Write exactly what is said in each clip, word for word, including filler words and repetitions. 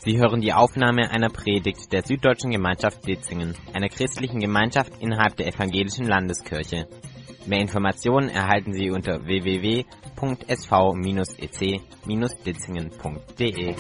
Sie hören die Aufnahme einer Predigt der Süddeutschen Gemeinschaft Ditzingen, einer christlichen Gemeinschaft innerhalb der Evangelischen Landeskirche. Mehr Informationen erhalten Sie unter w w w punkt s v bindestrich e c bindestrich ditzingen punkt d e.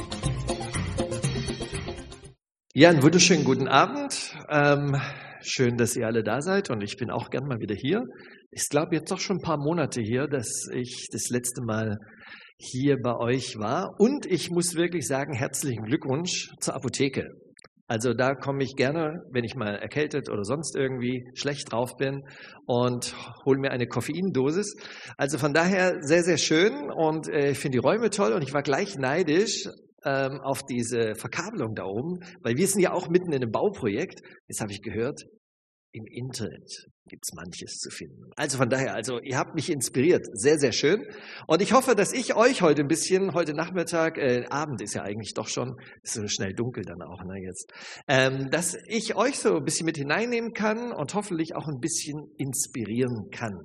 Ja, einen wunderschönen guten Abend. Ähm, schön, dass ihr alle da seid und ich bin auch gern mal wieder hier. Ich glaube jetzt doch schon ein paar Monate hier, dass ich das letzte Mal hier bei euch war. Und ich muss wirklich sagen, herzlichen Glückwunsch zur Apotheke. Also da komme ich gerne, wenn ich mal erkältet oder sonst irgendwie schlecht drauf bin und hole mir eine Koffeindosis. Also von daher sehr, sehr schön und äh, ich finde die Räume toll und ich war gleich neidisch ähm, auf diese Verkabelung da oben, weil wir sind ja auch mitten in einem Bauprojekt. Jetzt habe ich gehört, im Internet gibt's manches zu finden. Also von daher, also ihr habt mich inspiriert. Sehr, sehr schön. Und ich hoffe, dass ich euch heute ein bisschen, heute Nachmittag, äh, Abend ist ja eigentlich doch schon, ist so schnell dunkel dann auch, ne, jetzt, ähm, dass ich euch so ein bisschen mit hineinnehmen kann und hoffentlich auch ein bisschen inspirieren kann.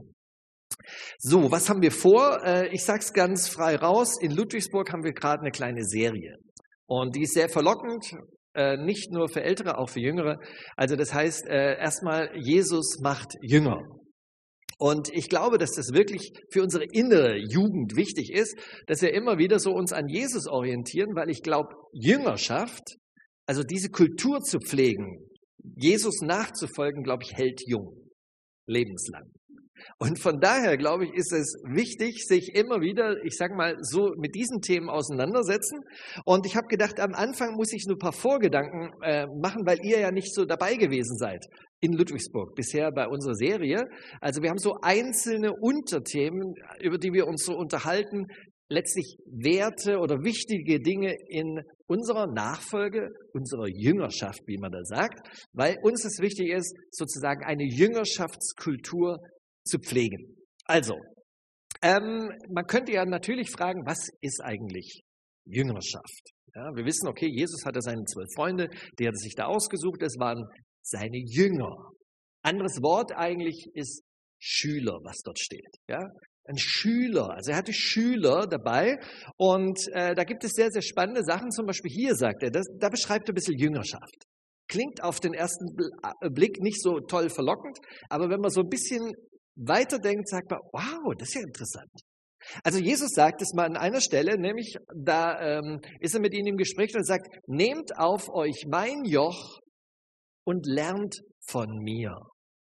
So, was haben wir vor? Äh, ich sag's ganz frei raus. In Ludwigsburg haben wir gerade eine kleine Serie. Und die ist sehr verlockend. Äh, nicht nur für Ältere, auch für Jüngere. Also das heißt, äh, erstmal, Jesus macht Jünger. Und ich glaube, dass das wirklich für unsere innere Jugend wichtig ist, dass wir immer wieder so uns an Jesus orientieren, weil ich glaube, Jüngerschaft, also diese Kultur zu pflegen, Jesus nachzufolgen, glaube ich, hält jung, lebenslang. Und von daher, glaube ich, ist es wichtig, sich immer wieder, ich sage mal, so mit diesen Themen auseinandersetzen. Und ich habe gedacht, am Anfang muss ich nur ein paar Vorgedanken äh, machen, weil ihr ja nicht so dabei gewesen seid in Ludwigsburg bisher bei unserer Serie. Also wir haben so einzelne Unterthemen, über die wir uns so unterhalten, letztlich Werte oder wichtige Dinge in unserer Nachfolge, unserer Jüngerschaft, wie man da sagt, weil uns es wichtig ist, sozusagen eine Jüngerschaftskultur zu pflegen. Also, ähm, man könnte ja natürlich fragen, was ist eigentlich Jüngerschaft? Ja, wir wissen, okay, Jesus hatte seine zwölf Freunde, die hat er sich da ausgesucht, das waren seine Jünger. Anderes Wort eigentlich ist Schüler, was dort steht. Ja, ein Schüler, also er hatte Schüler dabei und äh, da gibt es sehr, sehr spannende Sachen. Zum Beispiel hier sagt er, das, da beschreibt er ein bisschen Jüngerschaft. Klingt auf den ersten Blick nicht so toll verlockend, aber wenn man so ein bisschen weiterdenkt, sagt man, wow, das ist ja interessant. Also Jesus sagt es mal an einer Stelle, nämlich da ähm, ist er mit ihnen im Gespräch und sagt, nehmt auf euch mein Joch und lernt von mir.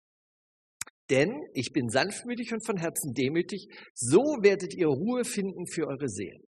Denn ich bin sanftmütig und von Herzen demütig, so werdet ihr Ruhe finden für eure Seelen.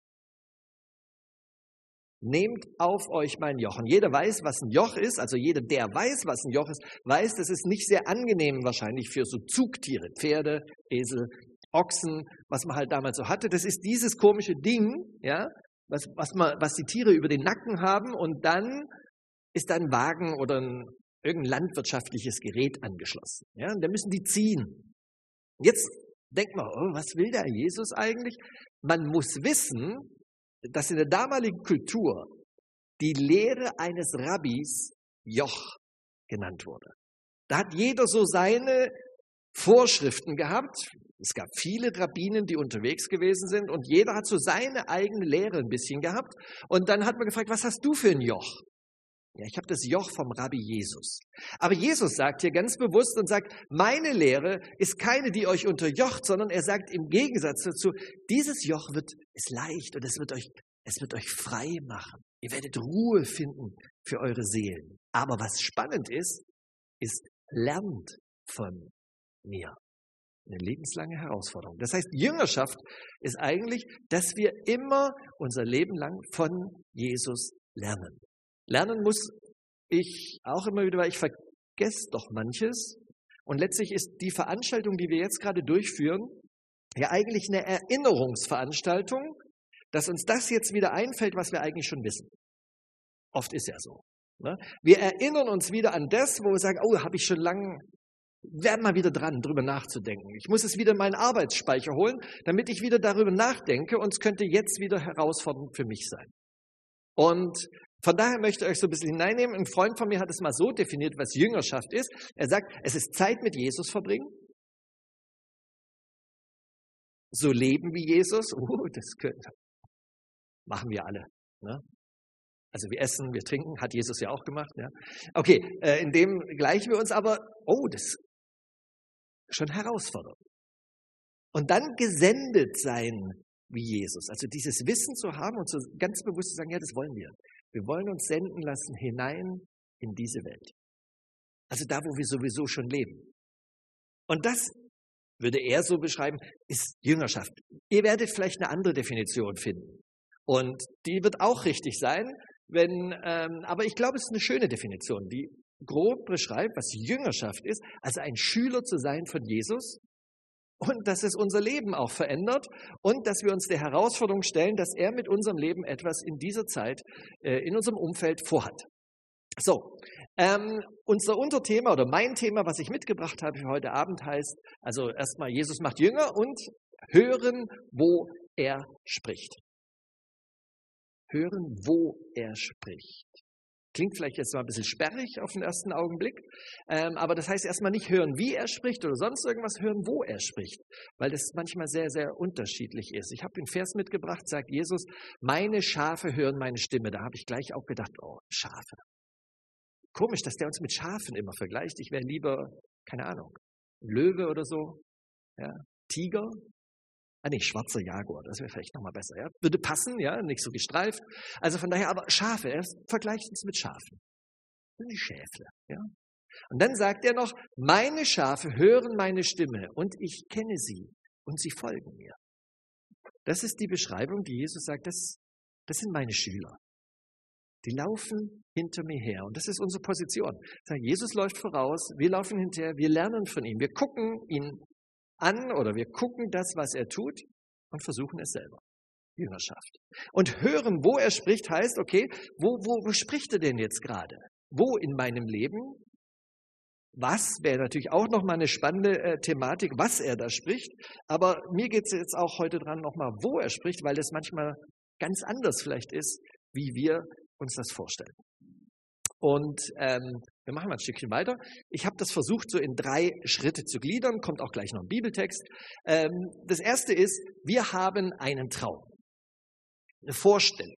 Nehmt auf euch mein Joch. Und jeder weiß, was ein Joch ist, also jeder, der weiß, was ein Joch ist, weiß, das ist nicht sehr angenehm wahrscheinlich für so Zugtiere, Pferde, Esel, Ochsen, was man halt damals so hatte. Das ist dieses komische Ding, ja, was, was, man, was die Tiere über den Nacken haben und dann ist da ein Wagen oder ein, irgendein landwirtschaftliches Gerät angeschlossen. Ja, und da müssen die ziehen. Jetzt denkt man, oh, was will der Jesus eigentlich? Man muss wissen, dass in der damaligen Kultur die Lehre eines Rabbis Joch genannt wurde. Da hat jeder so seine Vorschriften gehabt. Es gab viele Rabbinen, die unterwegs gewesen sind und jeder hat so seine eigene Lehre ein bisschen gehabt. Und dann hat man gefragt, was hast du für ein Joch? Ja, ich habe das Joch vom Rabbi Jesus. Aber Jesus sagt hier ganz bewusst und sagt, meine Lehre ist keine, die euch unterjocht, sondern er sagt im Gegensatz dazu, dieses Joch wird, ist leicht und es wird euch, es wird euch frei machen. Ihr werdet Ruhe finden für eure Seelen. Aber was spannend ist, ist, lernt von mir. Eine lebenslange Herausforderung. Das heißt, Jüngerschaft ist eigentlich, dass wir immer unser Leben lang von Jesus lernen. Lernen muss ich auch immer wieder, weil ich vergesse doch manches. Und letztlich ist die Veranstaltung, die wir jetzt gerade durchführen, ja eigentlich eine Erinnerungsveranstaltung, dass uns das jetzt wieder einfällt, was wir eigentlich schon wissen. Oft ist ja so. Ne? Wir erinnern uns wieder an das, wo wir sagen, oh, habe ich schon lange, werden mal wieder dran, drüber nachzudenken. Ich muss es wieder in meinen Arbeitsspeicher holen, damit ich wieder darüber nachdenke und es könnte jetzt wieder herausfordernd für mich sein. Und von daher möchte ich euch so ein bisschen hineinnehmen. Ein Freund von mir hat es mal so definiert, was Jüngerschaft ist. Er sagt, es ist Zeit mit Jesus verbringen, so leben wie Jesus. Oh, das können, machen wir alle. Ne? Also wir essen, wir trinken, hat Jesus ja auch gemacht. Ja. Okay, äh, in dem gleichen wir uns aber, oh, das ist schon herausfordernd. Und dann gesendet sein wie Jesus. Also dieses Wissen zu haben und so ganz bewusst zu sagen, ja, das wollen wir. Wir wollen uns senden lassen hinein in diese Welt. Also da, wo wir sowieso schon leben. Und das würde er so beschreiben, ist Jüngerschaft. Ihr werdet vielleicht eine andere Definition finden. Und die wird auch richtig sein, wenn, ähm, aber ich glaube, es ist eine schöne Definition, die grob beschreibt, was Jüngerschaft ist, also ein Schüler zu sein von Jesus und dass es unser Leben auch verändert und dass wir uns der Herausforderung stellen, dass er mit unserem Leben etwas in dieser Zeit, äh, in unserem Umfeld vorhat. So, ähm, unser Unterthema oder mein Thema, was ich mitgebracht habe für heute Abend heißt, also erstmal Jesus macht Jünger und hören, wo er spricht. Hören, wo er spricht. Klingt vielleicht jetzt mal ein bisschen sperrig auf den ersten Augenblick, ähm, aber das heißt erstmal nicht hören, wie er spricht oder sonst irgendwas, hören, wo er spricht, weil das manchmal sehr, sehr unterschiedlich ist. Ich habe den Vers mitgebracht, sagt Jesus, meine Schafe hören meine Stimme. Da habe ich gleich auch gedacht, oh, Schafe. Komisch, dass der uns mit Schafen immer vergleicht. Ich wäre lieber, keine Ahnung, Löwe oder so, ja, Tiger. Ah nee, schwarzer Jaguar, das wäre vielleicht nochmal besser. Ja? Würde passen, ja, nicht so gestreift. Also von daher, aber Schafe, er vergleicht uns mit Schafen. Das sind die Schäfle. Ja? Und dann sagt er noch, meine Schafe hören meine Stimme und ich kenne sie und sie folgen mir. Das ist die Beschreibung, die Jesus sagt, das, das sind meine Schüler. Die laufen hinter mir her. Und das ist unsere Position. Jesus läuft voraus, wir laufen hinterher, wir lernen von ihm. Wir gucken ihn an oder wir gucken das, was er tut und versuchen es selber. Jüngerschaft. Und hören, wo er spricht, heißt, okay, wo, wo, wo spricht er denn jetzt gerade? Wo in meinem Leben? Was wäre natürlich auch nochmal eine spannende äh, Thematik, was er da spricht. Aber mir geht es jetzt auch heute dran nochmal, wo er spricht, weil das manchmal ganz anders vielleicht ist, wie wir uns das vorstellen. Und ähm, wir machen mal ein Stückchen weiter. Ich habe das versucht, so in drei Schritte zu gliedern, kommt auch gleich noch ein Bibeltext. Ähm, das erste ist, wir haben einen Traum, eine Vorstellung.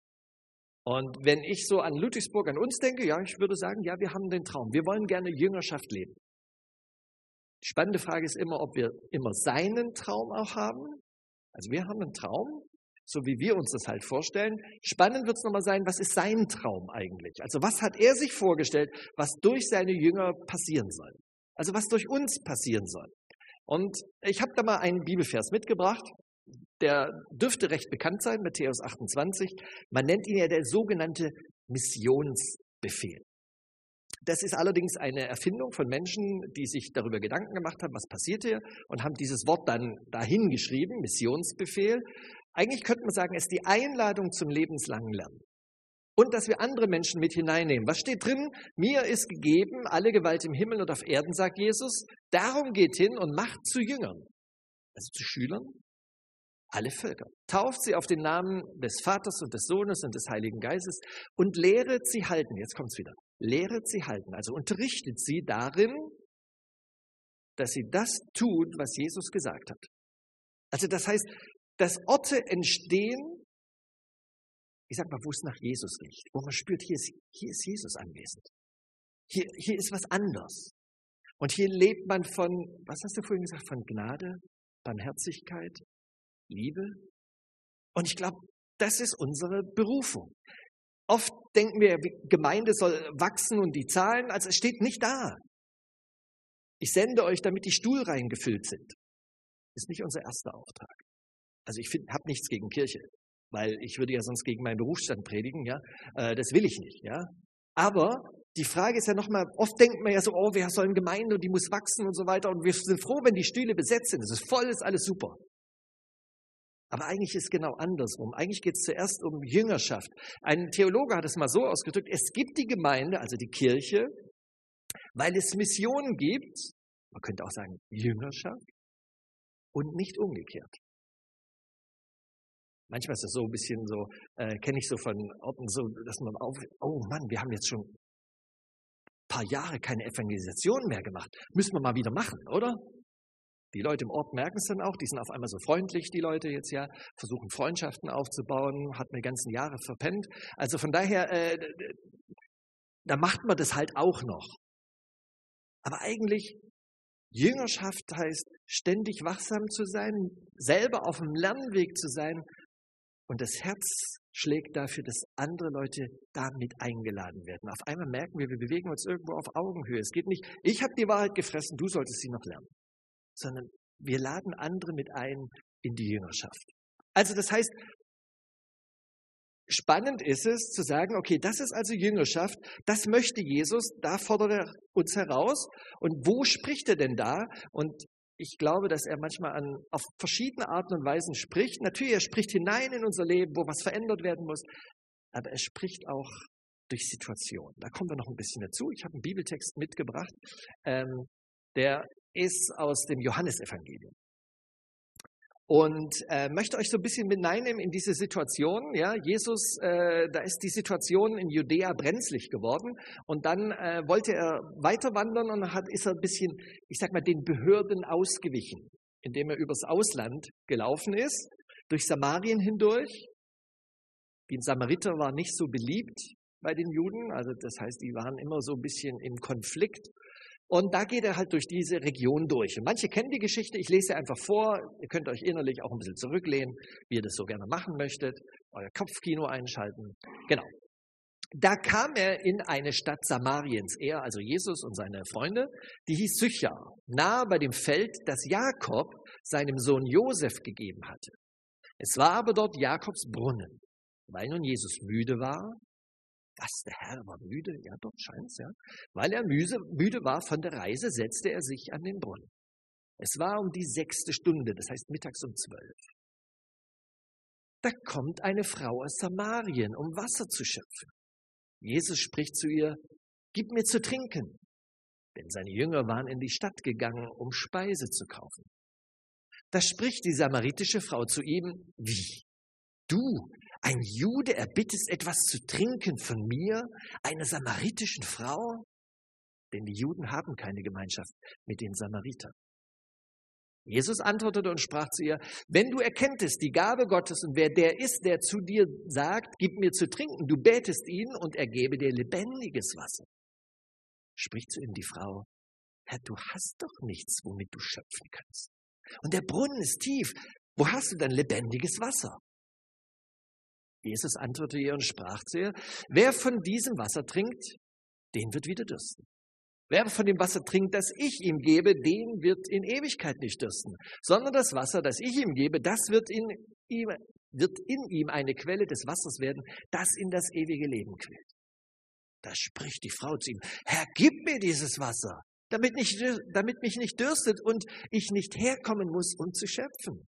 Und wenn ich so an Ludwigsburg, an uns denke, ja, ich würde sagen, ja, wir haben den Traum. Wir wollen gerne Jüngerschaft leben. Die spannende Frage ist immer, ob wir immer seinen Traum auch haben. Also wir haben einen Traum, so wie wir uns das halt vorstellen. Spannend wird es nochmal sein, was ist sein Traum eigentlich? Also was hat er sich vorgestellt, was durch seine Jünger passieren soll? Also was durch uns passieren soll. Und ich habe da mal einen Bibelvers mitgebracht, der dürfte recht bekannt sein, Matthäus achtundzwanzig. Man nennt ihn ja der sogenannte Missionsbefehl. Das ist allerdings eine Erfindung von Menschen, die sich darüber Gedanken gemacht haben, was passiert hier, und haben dieses Wort dann dahin geschrieben, Missionsbefehl. Eigentlich könnte man sagen, es ist die Einladung zum lebenslangen Lernen. Und dass wir andere Menschen mit hineinnehmen. Was steht drin? Mir ist gegeben alle Gewalt im Himmel und auf Erden, sagt Jesus. Darum geht hin und macht zu Jüngern, also zu Schülern, alle Völker. Tauft sie auf den Namen des Vaters und des Sohnes und des Heiligen Geistes und lehret sie halten. Jetzt kommt's wieder. Lehret sie halten, also unterrichtet sie darin, dass sie das tun, was Jesus gesagt hat. Also das heißt, dass Orte entstehen, ich sag mal, wo es nach Jesus riecht, wo man spürt, hier ist, hier ist Jesus anwesend. Hier, hier ist was anders. Und hier lebt man von, was hast du vorhin gesagt, von Gnade, Barmherzigkeit, Liebe. Und ich glaube, das ist unsere Berufung. Oft denken wir, Gemeinde soll wachsen und die Zahlen, also es steht nicht da. Ich sende euch, damit die Stuhlreihen gefüllt sind. Das ist nicht unser erster Auftrag. Also ich habe nichts gegen Kirche, weil ich würde ja sonst gegen meinen Berufsstand predigen, ja. Äh, das will ich nicht, ja. Aber die Frage ist ja nochmal, oft denkt man ja so, oh, wir sollen Gemeinde und die muss wachsen und so weiter und wir sind froh, wenn die Stühle besetzt sind. Es ist voll, ist alles super. Aber eigentlich ist es genau andersrum. Eigentlich geht es zuerst um Jüngerschaft. Ein Theologe hat es mal so ausgedrückt, es gibt die Gemeinde, also die Kirche, weil es Missionen gibt, man könnte auch sagen Jüngerschaft, und nicht umgekehrt. Manchmal ist das so ein bisschen so, äh, kenne ich so von Orten so, dass man auf, oh Mann, wir haben jetzt schon ein paar Jahre keine Evangelisation mehr gemacht. Müssen wir mal wieder machen, oder? Die Leute im Ort merken es dann auch, die sind auf einmal so freundlich, die Leute jetzt ja, versuchen Freundschaften aufzubauen, hat mir die ganzen Jahre verpennt. Also von daher, äh, da macht man das halt auch noch. Aber eigentlich, Jüngerschaft heißt, ständig wachsam zu sein, selber auf dem Lernweg zu sein und das Herz schlägt dafür, dass andere Leute da mit eingeladen werden. Auf einmal merken wir, wir bewegen uns irgendwo auf Augenhöhe. Es geht nicht, ich habe die Wahrheit gefressen, du solltest sie noch lernen. Sondern wir laden andere mit ein in die Jüngerschaft. Also das heißt, spannend ist es zu sagen, okay, das ist also Jüngerschaft, das möchte Jesus, da fordert er uns heraus. Und wo spricht er denn da? Und ich glaube, dass er manchmal an, auf verschiedene Arten und Weisen spricht. Natürlich, er spricht hinein in unser Leben, wo was verändert werden muss, aber er spricht auch durch Situationen. Da kommen wir noch ein bisschen dazu. Ich habe einen Bibeltext mitgebracht, ähm, der ist aus dem Johannesevangelium. Und äh, möchte euch so ein bisschen mit hineinnehmen in diese Situation. Ja, Jesus, äh, da ist die Situation in Judäa brenzlig geworden und dann äh, wollte er weiter wandern und hat, ist er ein bisschen, ich sag mal, den Behörden ausgewichen, indem er übers Ausland gelaufen ist, durch Samarien hindurch. Die Samariter waren nicht so beliebt bei den Juden, also das heißt, die waren immer so ein bisschen im Konflikt. Und da geht er halt durch diese Region durch. Und manche kennen die Geschichte, ich lese sie einfach vor. Ihr könnt euch innerlich auch ein bisschen zurücklehnen, wie ihr das so gerne machen möchtet. Euer Kopfkino einschalten. Genau. Da kam er in eine Stadt Samariens, er, also Jesus und seine Freunde, die hieß Sychar, nahe bei dem Feld, das Jakob seinem Sohn Josef gegeben hatte. Es war aber dort Jakobs Brunnen. Weil nun Jesus müde war, was, der Herr war müde? Ja, doch, scheint's, ja. Weil er müde, müde war von der Reise, setzte er sich an den Brunnen. Es war um die sechste Stunde, das heißt mittags um zwölf. Da kommt eine Frau aus Samarien, um Wasser zu schöpfen. Jesus spricht zu ihr, gib mir zu trinken. Denn seine Jünger waren in die Stadt gegangen, um Speise zu kaufen. Da spricht die samaritische Frau zu ihm, wie? Du, ein Jude, erbittest etwas zu trinken von mir, einer samaritischen Frau? Denn die Juden haben keine Gemeinschaft mit den Samaritern. Jesus antwortete und sprach zu ihr, wenn du erkenntest die Gabe Gottes und wer der ist, der zu dir sagt, gib mir zu trinken, du betest ihn und er gebe dir lebendiges Wasser. Spricht zu ihm die Frau, Herr, du hast doch nichts, womit du schöpfen kannst. Und der Brunnen ist tief, wo hast du dann lebendiges Wasser? Jesus antwortete ihr und sprach zu ihr, wer von diesem Wasser trinkt, den wird wieder dürsten. Wer von dem Wasser trinkt, das ich ihm gebe, den wird in Ewigkeit nicht dürsten, sondern das Wasser, das ich ihm gebe, das wird in ihm, wird in ihm eine Quelle des Wassers werden, das in das ewige Leben quillt. Da spricht die Frau zu ihm, Herr, gib mir dieses Wasser, damit, nicht, damit mich nicht dürstet und ich nicht herkommen muss, um zu schöpfen.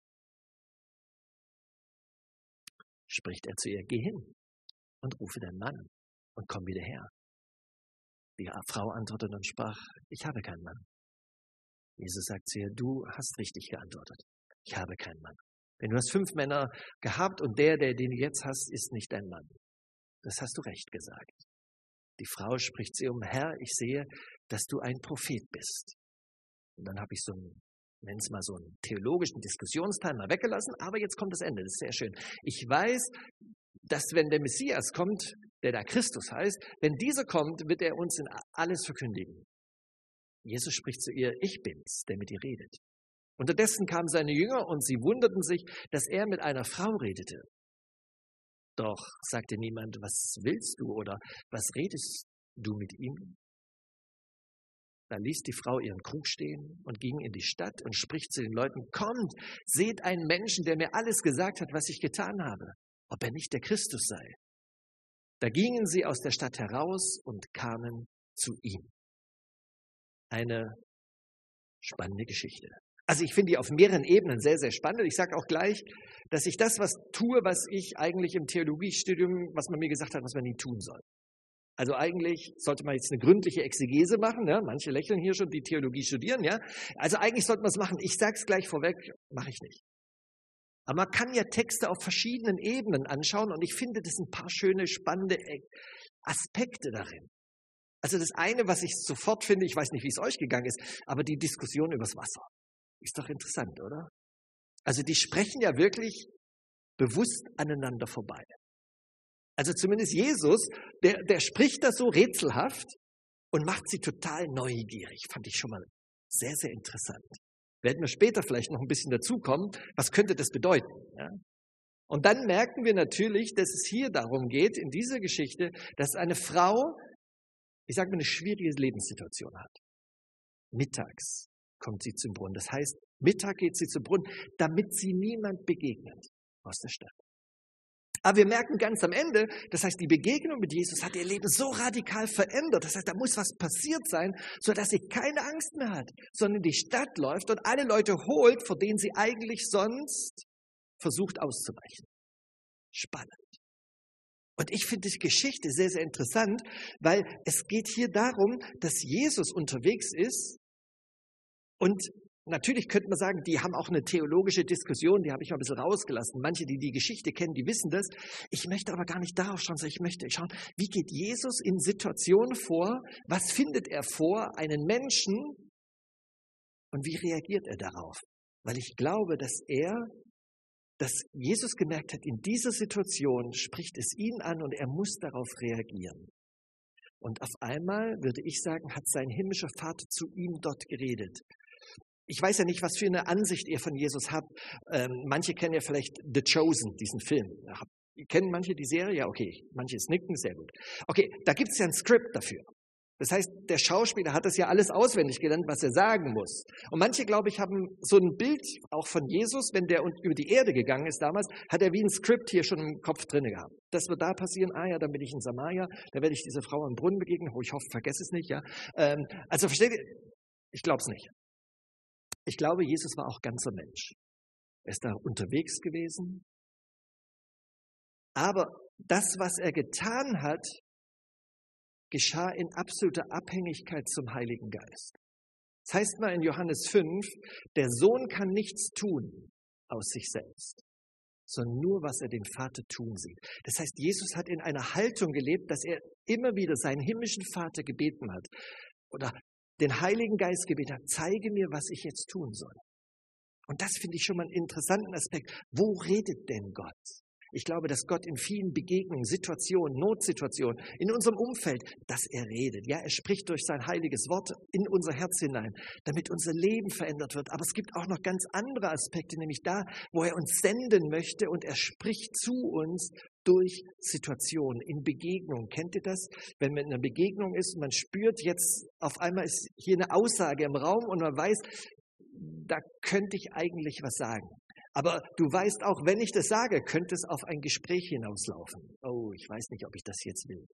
Spricht er zu ihr, geh hin und rufe deinen Mann und komm wieder her. Die Frau antwortete und sprach, ich habe keinen Mann. Jesus sagt zu ihr, du hast richtig geantwortet, ich habe keinen Mann. Denn du hast fünf Männer gehabt und der, der den du jetzt hast, ist nicht dein Mann. Das hast du recht gesagt. Die Frau spricht zu ihm, Herr, ich sehe, dass du ein Prophet bist. Und dann habe ich so einen, nenn es mal so einen theologischen Diskussionsteil mal weggelassen, aber jetzt kommt das Ende, das ist sehr schön. Ich weiß, dass wenn der Messias kommt, der da Christus heißt, wenn dieser kommt, wird er uns in alles verkündigen. Jesus spricht zu ihr, ich bin's, der mit ihr redet. Unterdessen kamen seine Jünger und sie wunderten sich, dass er mit einer Frau redete. Doch sagte niemand, was willst du oder was redest du mit ihm? Da ließ die Frau ihren Krug stehen und ging in die Stadt und spricht zu den Leuten, kommt, seht einen Menschen, der mir alles gesagt hat, was ich getan habe, ob er nicht der Christus sei. Da gingen sie aus der Stadt heraus und kamen zu ihm. Eine spannende Geschichte. Also ich finde die auf mehreren Ebenen sehr, sehr spannend. Ich sage auch gleich, dass ich das, was tue, was ich eigentlich im Theologiestudium, was man mir gesagt hat, was man nie tun soll. Also eigentlich sollte man jetzt eine gründliche Exegese machen. Ja? Manche lächeln hier schon, die Theologie studieren. Ja? Also eigentlich sollte man es machen. Ich sage es gleich vorweg, mache ich nicht. Aber man kann ja Texte auf verschiedenen Ebenen anschauen und ich finde, das sind ein paar schöne, spannende Aspekte darin. Also das eine, was ich sofort finde, ich weiß nicht, wie es euch gegangen ist, aber die Diskussion übers Wasser. Ist doch interessant, oder? Also die sprechen ja wirklich bewusst aneinander vorbei. Also zumindest Jesus, der, der spricht das so rätselhaft und macht sie total neugierig. Fand ich schon mal sehr, sehr interessant. Werden wir später vielleicht noch ein bisschen dazukommen. Was könnte das bedeuten? Ja? Und dann merken wir natürlich, dass es hier darum geht, in dieser Geschichte, dass eine Frau, ich sage mal, eine schwierige Lebenssituation hat. Mittags kommt sie zum Brunnen. Das heißt, Mittag geht sie zum Brunnen, damit sie niemand begegnet aus der Stadt. Aber wir merken ganz am Ende, das heißt, die Begegnung mit Jesus hat ihr Leben so radikal verändert. Das heißt, da muss was passiert sein, sodass sie keine Angst mehr hat, sondern in die Stadt läuft und alle Leute holt, vor denen sie eigentlich sonst versucht auszuweichen. Spannend. Und ich finde die Geschichte sehr, sehr interessant, weil es geht hier darum, dass Jesus unterwegs ist und natürlich könnte man sagen, die haben auch eine theologische Diskussion, die habe ich mal ein bisschen rausgelassen. Manche, die die Geschichte kennen, die wissen das. Ich möchte aber gar nicht darauf schauen, sondern ich möchte schauen, wie geht Jesus in Situationen vor? Was findet er vor, einen Menschen? Und wie reagiert er darauf? Weil ich glaube, dass er, dass Jesus gemerkt hat, in dieser Situation spricht es ihn an und er muss darauf reagieren. Und auf einmal, würde ich sagen, hat sein himmlischer Vater zu ihm dort geredet. Ich weiß ja nicht, was für eine Ansicht ihr von Jesus habt. Ähm, manche kennen ja vielleicht The Chosen, diesen Film. Kennen manche die Serie? Ja, okay. Manche nicken, sehr gut. Okay, da gibt es ja ein Skript dafür. Das heißt, der Schauspieler hat das ja alles auswendig gelernt, was er sagen muss. Und manche, glaube ich, haben so ein Bild auch von Jesus, wenn der über die Erde gegangen ist damals, hat er wie ein Skript hier schon im Kopf drin gehabt. Das wird da passieren. Ah ja, dann bin ich in Samaria, da werde ich dieser Frau am Brunnen begegnen. Oh, ich hoffe, vergesse es nicht. Ja. Ähm, also versteht ihr? Ich glaube es nicht. Ich glaube, Jesus war auch ganzer Mensch. Er ist da unterwegs gewesen. Aber das, was er getan hat, geschah in absoluter Abhängigkeit zum Heiligen Geist. Das heißt mal in Johannes fünf, der Sohn kann nichts tun aus sich selbst, sondern nur, was er den Vater tun sieht. Das heißt, Jesus hat in einer Haltung gelebt, dass er immer wieder seinen himmlischen Vater gebeten hat oder den Heiligen Geist gebeten hat, zeige mir, was ich jetzt tun soll. Und das finde ich schon mal einen interessanten Aspekt. Wo redet denn Gott? Ich glaube, dass Gott in vielen Begegnungen, Situationen, Notsituationen, in unserem Umfeld, dass er redet. Ja, er spricht durch sein heiliges Wort in unser Herz hinein, damit unser Leben verändert wird. Aber es gibt auch noch ganz andere Aspekte, nämlich da, wo er uns senden möchte und er spricht zu uns durch Situationen, in Begegnungen. Kennt ihr das? Wenn man in einer Begegnung ist und man spürt, jetzt auf einmal ist hier eine Aussage im Raum und man weiß, da könnte ich eigentlich was sagen. Aber du weißt auch, wenn ich das sage, könnte es auf ein Gespräch hinauslaufen. Oh, ich weiß nicht, ob ich das jetzt will.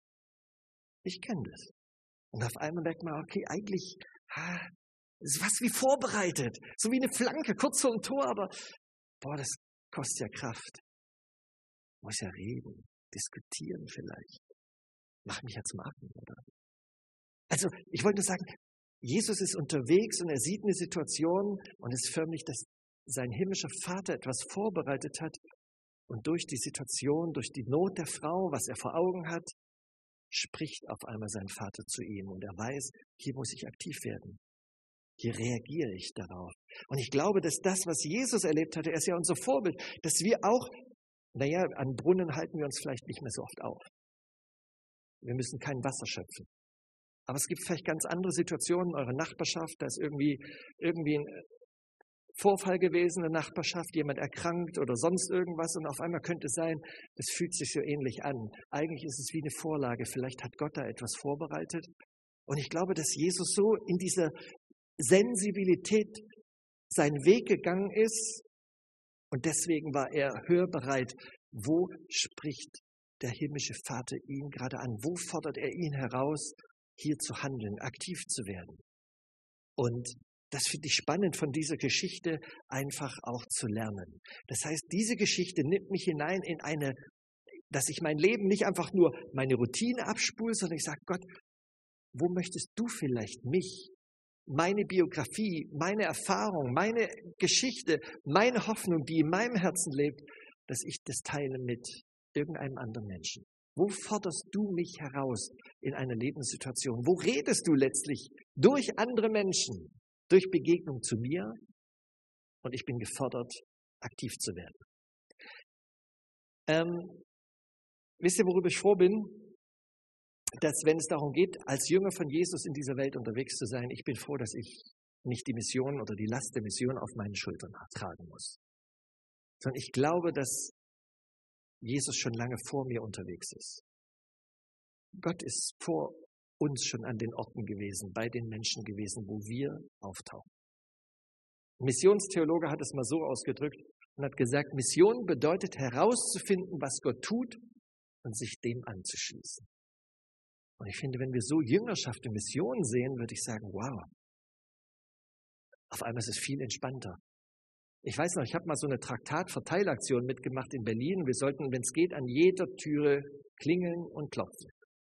Ich kenne das. Und auf einmal merkt man, okay, eigentlich ah, ist was wie vorbereitet. So wie eine Flanke, kurz vor dem Tor, aber boah, das kostet ja Kraft. Muss ja reden, diskutieren vielleicht. Mach mich ja zum Affen, oder? Also, ich wollte nur sagen, Jesus ist unterwegs und er sieht eine Situation und es ist förmlich, dass sein himmlischer Vater etwas vorbereitet hat und durch die Situation, durch die Not der Frau, was er vor Augen hat, spricht auf einmal sein Vater zu ihm und er weiß, hier muss ich aktiv werden. Hier reagiere ich darauf. Und ich glaube, dass das, was Jesus erlebt hatte, er ist ja unser Vorbild, dass wir auch, naja, an Brunnen halten wir uns vielleicht nicht mehr so oft auf. Wir müssen kein Wasser schöpfen. Aber es gibt vielleicht ganz andere Situationen in eurer Nachbarschaft, da ist irgendwie, irgendwie ein Vorfall gewesen in der Nachbarschaft, jemand erkrankt oder sonst irgendwas und auf einmal könnte es sein, das fühlt sich so ähnlich an. Eigentlich ist es wie eine Vorlage, vielleicht hat Gott da etwas vorbereitet. Und ich glaube, dass Jesus so in dieser Sensibilität seinen Weg gegangen ist und deswegen war er hörbereit. Wo spricht der himmlische Vater ihn gerade an? Wo fordert er ihn heraus, hier zu handeln, aktiv zu werden? Und das finde ich spannend von dieser Geschichte einfach auch zu lernen. Das heißt, diese Geschichte nimmt mich hinein in eine, dass ich mein Leben nicht einfach nur meine Routine abspule, sondern ich sage, Gott, wo möchtest du vielleicht mich, meine Biografie, meine Erfahrung, meine Geschichte, meine Hoffnung, die in meinem Herzen lebt, dass ich das teile mit irgendeinem anderen Menschen? Wo forderst du mich heraus in einer Lebenssituation? Wo redest du letztlich durch andere Menschen? Durch Begegnung zu mir Und ich bin gefordert, aktiv zu werden. Ähm, wisst ihr, worüber ich froh bin? Dass, wenn es darum geht, als Jünger von Jesus in dieser Welt unterwegs zu sein, ich bin froh, dass ich nicht die Mission oder die Last der Mission auf meinen Schultern tragen muss. Sondern ich glaube, dass Jesus schon lange vor mir unterwegs ist. Gott ist vor uns schon an den Orten gewesen, bei den Menschen gewesen, wo wir auftauchen. Ein Missionstheologe hat es mal so ausgedrückt und hat gesagt, Mission bedeutet herauszufinden, was Gott tut und sich dem anzuschließen. Und ich finde, wenn wir so Jüngerschaft und Mission sehen, würde ich sagen, wow, auf einmal ist es viel entspannter. Ich weiß noch, ich habe mal so eine Traktatverteilaktion mitgemacht in Berlin. Wir sollten, wenn es geht, an jeder Türe klingeln und klopfen.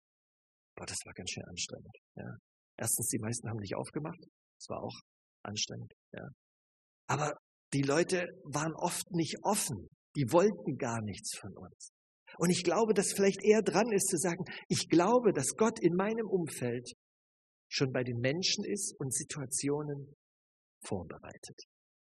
Boah, das war ganz schön anstrengend. Ja. Erstens, die meisten haben nicht aufgemacht. Das war auch anstrengend. Ja. Aber die Leute waren oft nicht offen. Die wollten gar nichts von uns. Und ich glaube, dass vielleicht eher dran ist zu sagen, ich glaube, dass Gott in meinem Umfeld schon bei den Menschen ist und Situationen vorbereitet.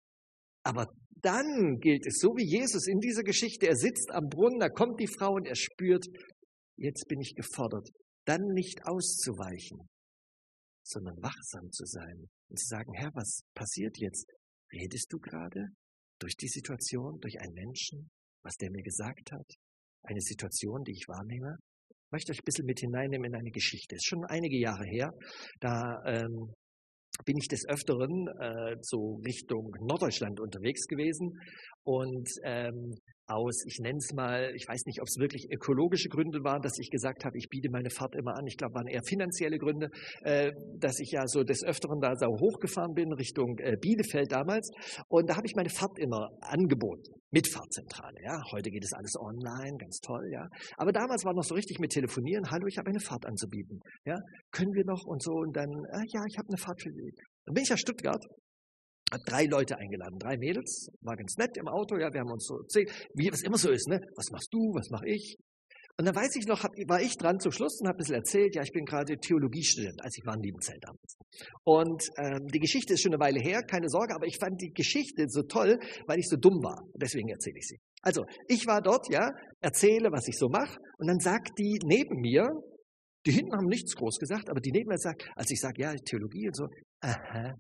Aber dann gilt es, so wie Jesus in dieser Geschichte, er sitzt am Brunnen, da kommt die Frau und er spürt, jetzt bin ich gefordert, dann nicht auszuweichen, sondern wachsam zu sein und zu sagen, Herr, was passiert jetzt? Redest du gerade durch die Situation, durch einen Menschen, was der mir gesagt hat? Eine Situation, die ich wahrnehme? Ich möchte euch ein bisschen mit hineinnehmen in eine Geschichte. Es ist schon einige Jahre her, da ähm, bin ich des Öfteren äh, so Richtung Norddeutschland unterwegs gewesen und ähm, aus, ich nenne es mal, ich weiß nicht, ob es wirklich ökologische Gründe waren, dass ich gesagt habe, ich biete meine Fahrt immer an. Ich glaube, waren eher finanzielle Gründe, äh, dass ich ja so des Öfteren da so hochgefahren bin, Richtung äh, Bielefeld damals. Und da habe ich meine Fahrt immer angeboten, mit Fahrzentrale. Ja, heute geht es alles online, ganz toll. Ja, aber damals war noch so richtig mit Telefonieren. Hallo, ich habe eine Fahrt anzubieten. Ja, können wir noch und so und dann, äh, ja, ich habe eine Fahrt für Sie. Dann bin ich nach Stuttgart. Hat drei Leute eingeladen, drei Mädels, war ganz nett im Auto, ja, wir haben uns so erzählt, wie es immer so ist, ne? Was machst du, was mache ich? Und dann weiß ich noch, hab, war ich dran zum Schluss und habe ein bisschen erzählt, ja, ich bin gerade Theologiestudent, als ich war in Liebenzell damals. Und ähm, die Geschichte ist schon eine Weile her, keine Sorge, aber ich fand die Geschichte so toll, weil ich so dumm war. Deswegen erzähle ich sie. Also, ich war dort, ja, erzähle, was ich so mache, und dann sagt die neben mir, die hinten haben nichts groß gesagt, aber die neben mir sagt, als ich sage, ja, Theologie und so, aha,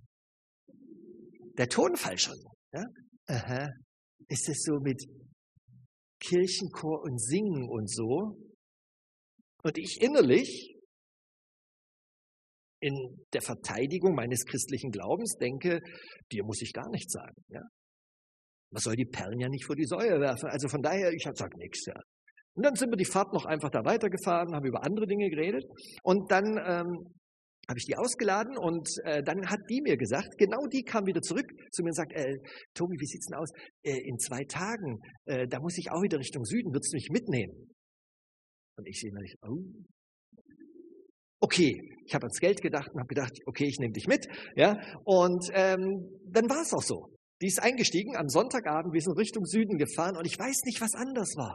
der Tonfall schon, ja? Aha. Ist es so mit Kirchenchor und Singen und so? Und ich innerlich in der Verteidigung meines christlichen Glaubens denke, dir muss ich gar nichts sagen, ja? Man soll die Perlen ja nicht vor die Säue werfen. Also von daher, ich sage nichts, ja. Und dann sind wir die Fahrt noch einfach da weitergefahren, haben über andere Dinge geredet. Und dann ähm, habe ich die ausgeladen und äh, dann hat die mir gesagt, genau die kam wieder zurück zu mir und sagt, äh, Tobi, wie sieht's denn aus? Äh, in zwei Tagen, äh, da muss ich auch wieder Richtung Süden, würdest du mich mitnehmen? Und ich sehe natürlich, oh, okay, ich habe ans Geld gedacht und habe gedacht, okay, ich nehme dich mit, ja. Und ähm, dann war es auch so. Die ist eingestiegen am Sonntagabend, wir sind Richtung Süden gefahren und ich weiß nicht, was anders war.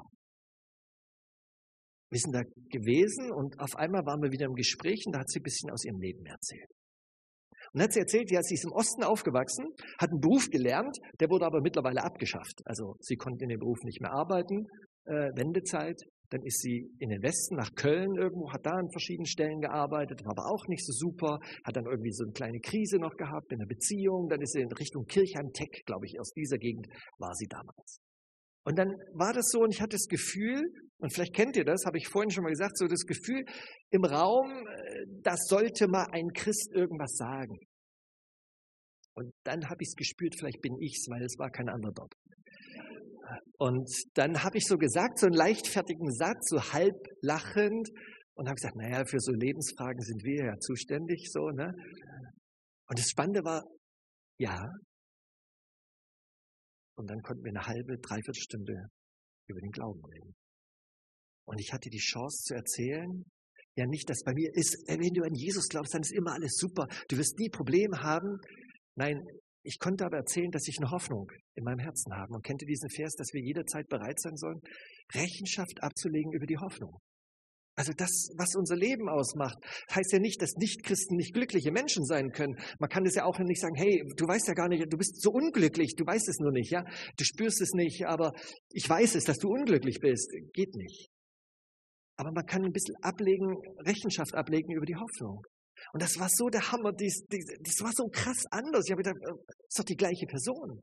Wir sind da gewesen und auf einmal waren wir wieder im Gespräch und da hat sie ein bisschen aus ihrem Leben erzählt. Und dann hat sie erzählt, ja, sie ist im Osten aufgewachsen, hat einen Beruf gelernt, der wurde aber mittlerweile abgeschafft. Also sie konnte in dem Beruf nicht mehr arbeiten, äh, Wendezeit. Dann ist sie in den Westen nach Köln irgendwo, hat da an verschiedenen Stellen gearbeitet, war aber auch nicht so super, hat dann irgendwie so eine kleine Krise noch gehabt in der Beziehung. Dann ist sie in Richtung Kirchheim-Tech, glaube ich, aus dieser Gegend war sie damals. Und dann war das so und ich hatte das Gefühl, und vielleicht kennt ihr das, habe ich vorhin schon mal gesagt, so das Gefühl im Raum, da sollte mal ein Christ irgendwas sagen. Und dann habe ich es gespürt, vielleicht bin ich's, weil es war kein anderer dort. Und dann habe ich so gesagt, so einen leichtfertigen Satz, so halb lachend, und habe gesagt, naja, für so Lebensfragen sind wir ja zuständig, so, ne? Und das Spannende war, ja. Und dann konnten wir eine halbe, dreiviertel Stunde über den Glauben reden. Und ich hatte die Chance zu erzählen, ja nicht, dass bei mir ist, wenn du an Jesus glaubst, dann ist immer alles super, du wirst nie Probleme haben. Nein, ich konnte aber erzählen, dass ich eine Hoffnung in meinem Herzen habe. Und kennt ihr diesen Vers, dass wir jederzeit bereit sein sollen, Rechenschaft abzulegen über die Hoffnung? Also das, was unser Leben ausmacht, heißt ja nicht, dass Nichtchristen nicht glückliche Menschen sein können. Man kann das ja auch nicht sagen, hey, du weißt ja gar nicht, du bist so unglücklich, du weißt es nur nicht, ja, du spürst es nicht, aber ich weiß es, dass du unglücklich bist. Geht nicht. Aber man kann ein bisschen ablegen, Rechenschaft ablegen über die Hoffnung. Und das war so der Hammer, dies, dies, das war so krass anders. Ich habe gedacht, das ist doch die gleiche Person.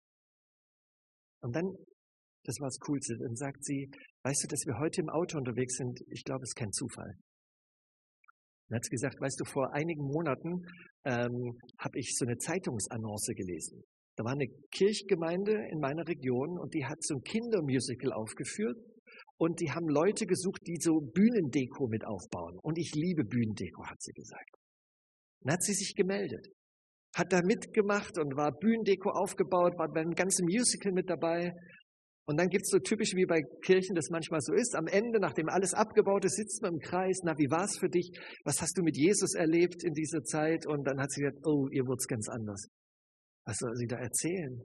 Und dann, das war das Coolste, dann sagt sie, weißt du, dass wir heute im Auto unterwegs sind? Ich glaube, es ist kein Zufall. Dann hat sie gesagt, weißt du, vor einigen Monaten ähm, habe ich so eine Zeitungsannonce gelesen. Da war eine Kirchgemeinde in meiner Region und die hat so ein Kindermusical aufgeführt und die haben Leute gesucht, die so Bühnendeko mit aufbauen. Und ich liebe Bühnendeko, hat sie gesagt. Dann hat sie sich gemeldet, hat da mitgemacht und war Bühnendeko aufgebaut, war beim ganzen Musical mit dabei. Und dann gibt's so typisch wie bei Kirchen das manchmal so ist, am Ende, nachdem alles abgebaut ist, sitzt man im Kreis, na, wie war's für dich? Was hast du mit Jesus erlebt in dieser Zeit? Und dann hat sie gesagt, oh, ihr wurd's ganz anders. Was soll sie da erzählen?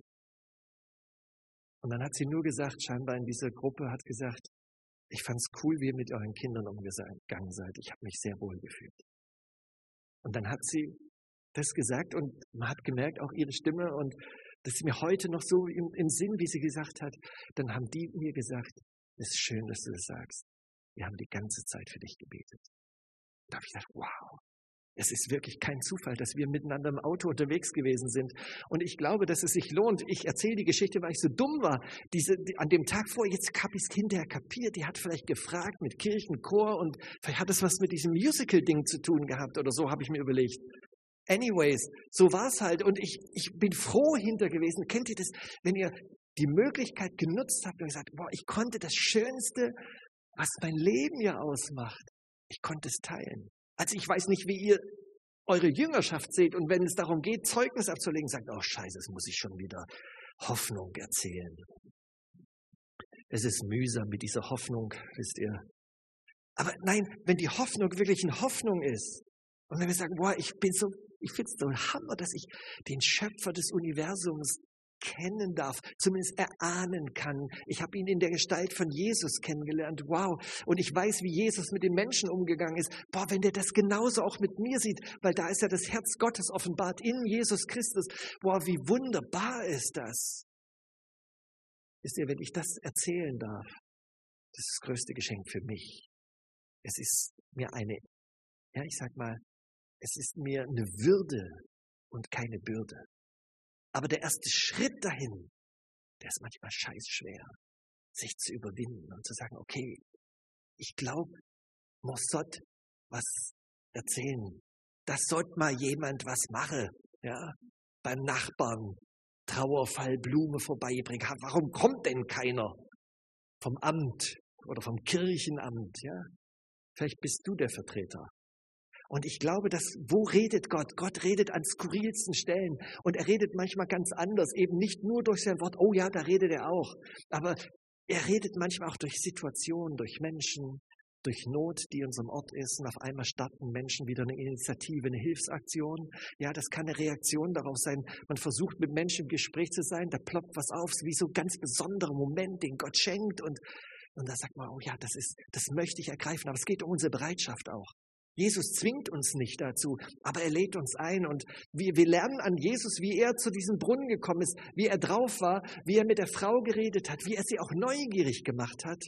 Und dann hat sie nur gesagt, scheinbar in dieser Gruppe, hat gesagt, ich fand's cool, wie ihr mit euren Kindern umgegangen seid. Ich habe mich sehr wohl gefühlt. Und dann hat sie das gesagt und man hat gemerkt, auch ihre Stimme und das ist mir heute noch so im, im Sinn, wie sie gesagt hat. Dann haben die mir gesagt, es ist schön, dass du das sagst. Wir haben die ganze Zeit für dich gebetet. Da habe ich gedacht, wow, es ist wirklich kein Zufall, dass wir miteinander im Auto unterwegs gewesen sind. Und ich glaube, dass es sich lohnt. Ich erzähle die Geschichte, weil ich so dumm war. Diese, die, an dem Tag vor, jetzt habe ich es hinterher kapiert. Die hat vielleicht gefragt mit Kirchenchor und vielleicht hat es was mit diesem Musical-Ding zu tun gehabt oder so, habe ich mir überlegt. Anyways, so war es halt und ich, ich bin froh hinter gewesen. Kennt ihr das, wenn ihr die Möglichkeit genutzt habt und gesagt, boah, ich konnte das Schönste, was mein Leben ja ausmacht, ich konnte es teilen. Also ich weiß nicht, wie ihr eure Jüngerschaft seht und wenn es darum geht, Zeugnis abzulegen, sagt, oh Scheiße, das muss ich schon wieder Hoffnung erzählen. Es ist mühsam mit dieser Hoffnung, wisst ihr. Aber nein, wenn die Hoffnung wirklich eine Hoffnung ist und wenn wir sagen, boah, ich bin so Ich finde es so ein Hammer, dass ich den Schöpfer des Universums kennen darf, zumindest erahnen kann. Ich habe ihn in der Gestalt von Jesus kennengelernt. Wow. Und ich weiß, wie Jesus mit den Menschen umgegangen ist. Boah, wenn der das genauso auch mit mir sieht, weil da ist ja das Herz Gottes offenbart in Jesus Christus. Boah, wie wunderbar ist das. Wisst ihr, wenn ich das erzählen darf, das ist das größte Geschenk für mich. Es ist mir eine, ja, ich sag mal, es ist mir eine Würde und keine Bürde. Aber der erste Schritt dahin, der ist manchmal scheißschwer, sich zu überwinden und zu sagen, okay, ich glaube, muss Gott was erzählen. Das sollte mal jemand was machen, ja, beim Nachbarn, Trauerfall, Blume vorbeibringen. Warum kommt denn keiner vom Amt oder vom Kirchenamt, ja? Vielleicht bist du der Vertreter. Und ich glaube, dass, wo redet Gott? Gott redet an skurrilsten Stellen. Und er redet manchmal ganz anders. Eben nicht nur durch sein Wort, oh ja, da redet er auch. Aber er redet manchmal auch durch Situationen, durch Menschen, durch Not, die in unserem Ort ist. Und auf einmal starten Menschen wieder eine Initiative, eine Hilfsaktion. Ja, das kann eine Reaktion darauf sein. Man versucht mit Menschen im Gespräch zu sein. Da ploppt was auf, wie so ein ganz besonderer Moment, den Gott schenkt. Und, und da sagt man, oh ja, das ist, das möchte ich ergreifen. Aber es geht um unsere Bereitschaft auch. Jesus zwingt uns nicht dazu, aber er lädt uns ein und wir, wir lernen an Jesus, wie er zu diesem Brunnen gekommen ist, wie er drauf war, wie er mit der Frau geredet hat, wie er sie auch neugierig gemacht hat.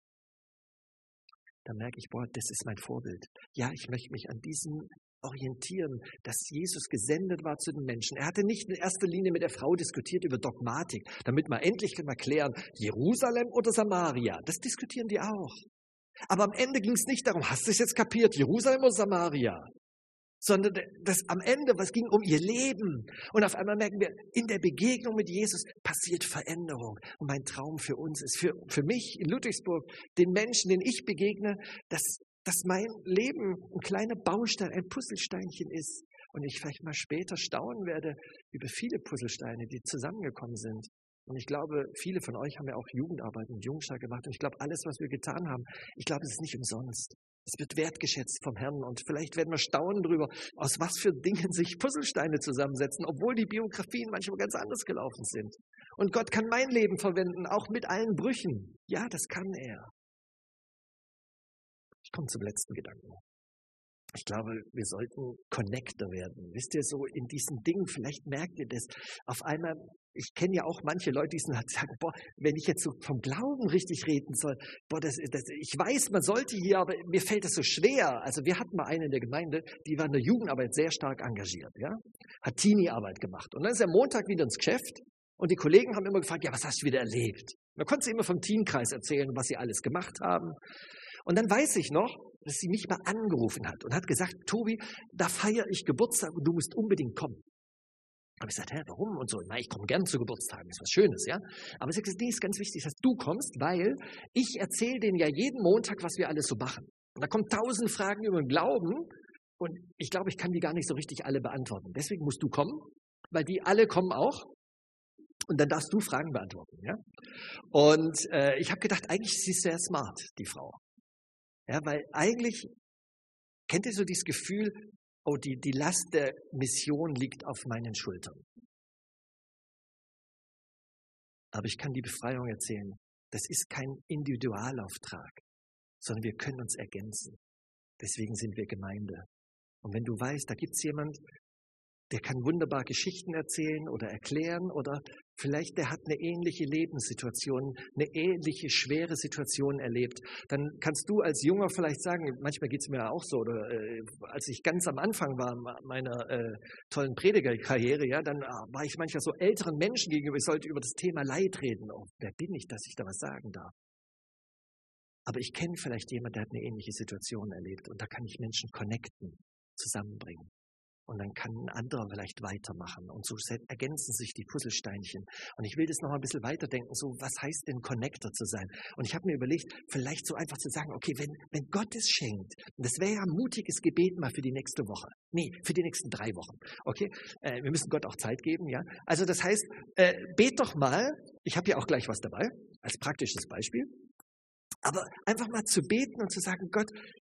Da merke ich, boah, das ist mein Vorbild. Ja, ich möchte mich an diesem orientieren, dass Jesus gesendet war zu den Menschen. Er hatte nicht in erster Linie mit der Frau diskutiert über Dogmatik, damit wir endlich mal klären, Jerusalem oder Samaria. Das diskutieren die auch. Aber am Ende ging es nicht darum, hast du es jetzt kapiert, Jerusalem oder Samaria? Sondern das am Ende, was ging um ihr Leben. Und auf einmal merken wir, in der Begegnung mit Jesus passiert Veränderung. Und mein Traum für uns ist, für, für mich in Ludwigsburg, den Menschen, denen ich begegne, dass, dass mein Leben ein kleiner Baustein, ein Puzzlesteinchen ist. Und ich vielleicht mal später staunen werde über viele Puzzlesteine, die zusammengekommen sind. Und ich glaube, viele von euch haben ja auch Jugendarbeit und Jungschar gemacht. Und ich glaube, alles, was wir getan haben, ich glaube, es ist nicht umsonst. Es wird wertgeschätzt vom Herrn. Und vielleicht werden wir staunen darüber, aus was für Dingen sich Puzzlesteine zusammensetzen, obwohl die Biografien manchmal ganz anders gelaufen sind. Und Gott kann mein Leben verwenden, auch mit allen Brüchen. Ja, das kann er. Ich komme zum letzten Gedanken. Ich glaube, wir sollten Connector werden. Wisst ihr, so in diesen Dingen, vielleicht merkt ihr das, auf einmal, ich kenne ja auch manche Leute, die sagen, boah, wenn ich jetzt so vom Glauben richtig reden soll, boah, das, das, ich weiß, man sollte hier, aber mir fällt das so schwer. Also wir hatten mal eine in der Gemeinde, die war in der Jugendarbeit sehr stark engagiert, ja, hat Teenie-Arbeit gemacht. Und dann ist er Montag wieder ins Geschäft und die Kollegen haben immer gefragt, ja, was hast du wieder erlebt? Man konnte sie immer vom Teamkreis erzählen, was sie alles gemacht haben. Und dann weiß ich noch, dass sie mich mal angerufen hat und hat gesagt, Tobi, da feiere ich Geburtstag und du musst unbedingt kommen. Habe ich gesagt, hä, warum? Und so, na, ich komme gern zu Geburtstagen, ist was Schönes, ja. Aber sie hat gesagt, nee, ist ganz wichtig, dass du kommst, weil ich erzähle denen ja jeden Montag, was wir alles so machen. Und da kommen tausend Fragen über den Glauben und ich glaube, ich kann die gar nicht so richtig alle beantworten. Deswegen musst du kommen, weil die alle kommen auch. Und dann darfst du Fragen beantworten, ja. Und äh, ich habe gedacht, eigentlich ist sie sehr smart, die Frau. Ja, weil eigentlich, kennt ihr so dieses Gefühl, oh, die, die Last der Mission liegt auf meinen Schultern. Aber ich kann die Befreiung erzählen. Das ist kein Individualauftrag, sondern wir können uns ergänzen. Deswegen sind wir Gemeinde. Und wenn du weißt, da gibt es jemand, der kann wunderbar Geschichten erzählen oder erklären oder vielleicht der hat eine ähnliche Lebenssituation, eine ähnliche schwere Situation erlebt, dann kannst du als Junger vielleicht sagen, manchmal geht es mir auch so, oder äh, als ich ganz am Anfang war meiner äh, tollen Predigerkarriere, ja, dann äh, war ich manchmal so älteren Menschen gegenüber, ich sollte über das Thema Leid reden. Oh, wer bin ich, dass ich da was sagen darf? Aber ich kenne vielleicht jemanden, der hat eine ähnliche Situation erlebt und da kann ich Menschen connecten, zusammenbringen. Und dann kann ein anderer vielleicht weitermachen. Und so ergänzen sich die Puzzlesteinchen. Und ich will das noch mal ein bisschen weiterdenken. So, was heißt denn Connector zu sein? Und ich habe mir überlegt, vielleicht so einfach zu sagen, okay, wenn, wenn Gott es schenkt, und das wäre ja ein mutiges Gebet mal für die nächste Woche. Nee, für die nächsten drei Wochen. Okay, äh, wir müssen Gott auch Zeit geben, ja. Also das heißt, äh, bet doch mal, ich habe ja auch gleich was dabei, als praktisches Beispiel. Aber einfach mal zu beten und zu sagen, Gott,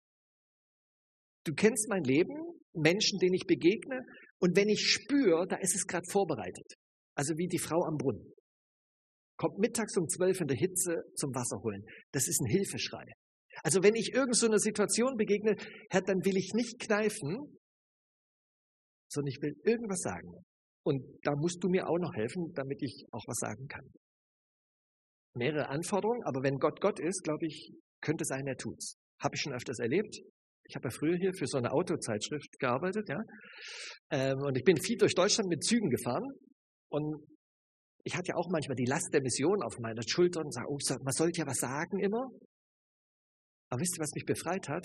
du kennst mein Leben, Menschen, denen ich begegne, und wenn ich spüre, da ist es gerade vorbereitet. Also wie die Frau am Brunnen. Kommt mittags um zwölf in der Hitze zum Wasser holen. Das ist ein Hilfeschrei. Also wenn ich irgend so einer Situation begegne, Herr, dann will ich nicht kneifen, sondern ich will irgendwas sagen. Und da musst du mir auch noch helfen, damit ich auch was sagen kann. Mehrere Anforderungen, aber wenn Gott Gott ist, glaube ich, könnte sein, er tut's. Habe ich schon öfters erlebt. Ich habe ja früher hier für so eine Autozeitschrift gearbeitet, ja. Ähm, und ich bin viel durch Deutschland mit Zügen gefahren. Und ich hatte ja auch manchmal die Last der Mission auf meiner Schulter und sage, oh, man sollte ja was sagen immer. Aber wisst ihr, was mich befreit hat?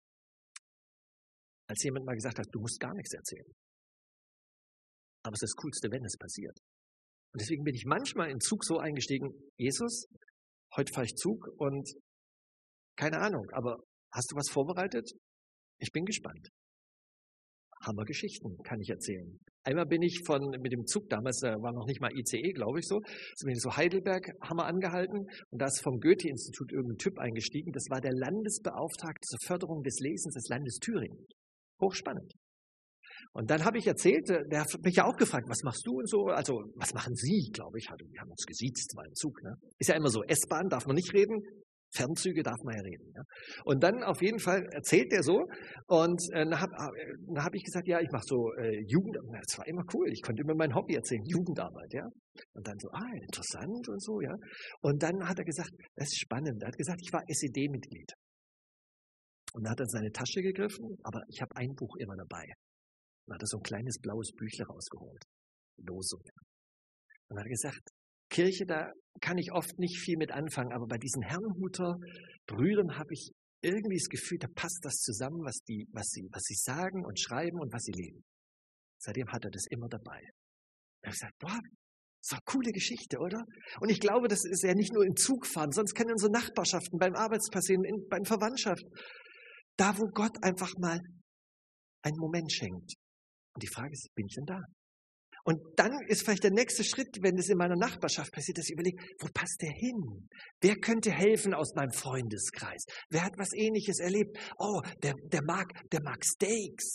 Als jemand mal gesagt hat, du musst gar nichts erzählen. Aber es ist das Coolste, wenn es passiert. Und deswegen bin ich manchmal in Zug so eingestiegen, Jesus, heute fahre ich Zug und keine Ahnung, aber hast du was vorbereitet? Ich bin gespannt. Hammergeschichten kann ich erzählen. Einmal bin ich von mit dem Zug, damals äh, war noch nicht mal I C E, glaube ich so, so bin ich so Heidelberg, Hammer angehalten und da ist vom Goethe-Institut irgendein Typ eingestiegen. Das war der Landesbeauftragte zur Förderung des Lesens des Landes Thüringen. Hochspannend. Und dann habe ich erzählt, der hat mich ja auch gefragt, was machst du und so, also was machen Sie, glaube ich, wir haben uns gesiezt, war im Zug, ne? Ist ja immer so, S-Bahn darf man nicht reden, Fernzüge darf man ja reden. Ja? Und dann auf jeden Fall erzählt der so und äh, dann habe äh, hab ich gesagt, ja, ich mache so äh, Jugendarbeit. Das war immer cool, ich konnte immer mein Hobby erzählen, Jugendarbeit. Ja. Und dann so, ah, interessant und so. Ja. Und dann hat er gesagt, das ist spannend, er hat gesagt, ich war S E D-Mitglied. Und dann hat er in seine Tasche gegriffen, aber ich habe ein Buch immer dabei. Dann hat er so ein kleines blaues Büchle rausgeholt. Losung. Und dann hat er gesagt, Kirche, da kann ich oft nicht viel mit anfangen, aber bei diesen Herrnhuter Brüdern habe ich irgendwie das Gefühl, da passt das zusammen, was die, was sie, was sie sagen und schreiben und was sie leben. Seitdem hat er das immer dabei. Er hat gesagt, boah, so eine coole Geschichte, oder? Und ich glaube, das ist ja nicht nur im Zug fahren, sonst kann in so Nachbarschaften, beim Arbeitsplatzieren, in, beim Verwandtschaft, da wo Gott einfach mal einen Moment schenkt. Und die Frage ist, bin ich denn da? Und dann ist vielleicht der nächste Schritt, wenn es in meiner Nachbarschaft passiert, dass ich überlege, wo passt der hin? Wer könnte helfen aus meinem Freundeskreis? Wer hat was Ähnliches erlebt? Oh, der, der mag, der mag Steaks.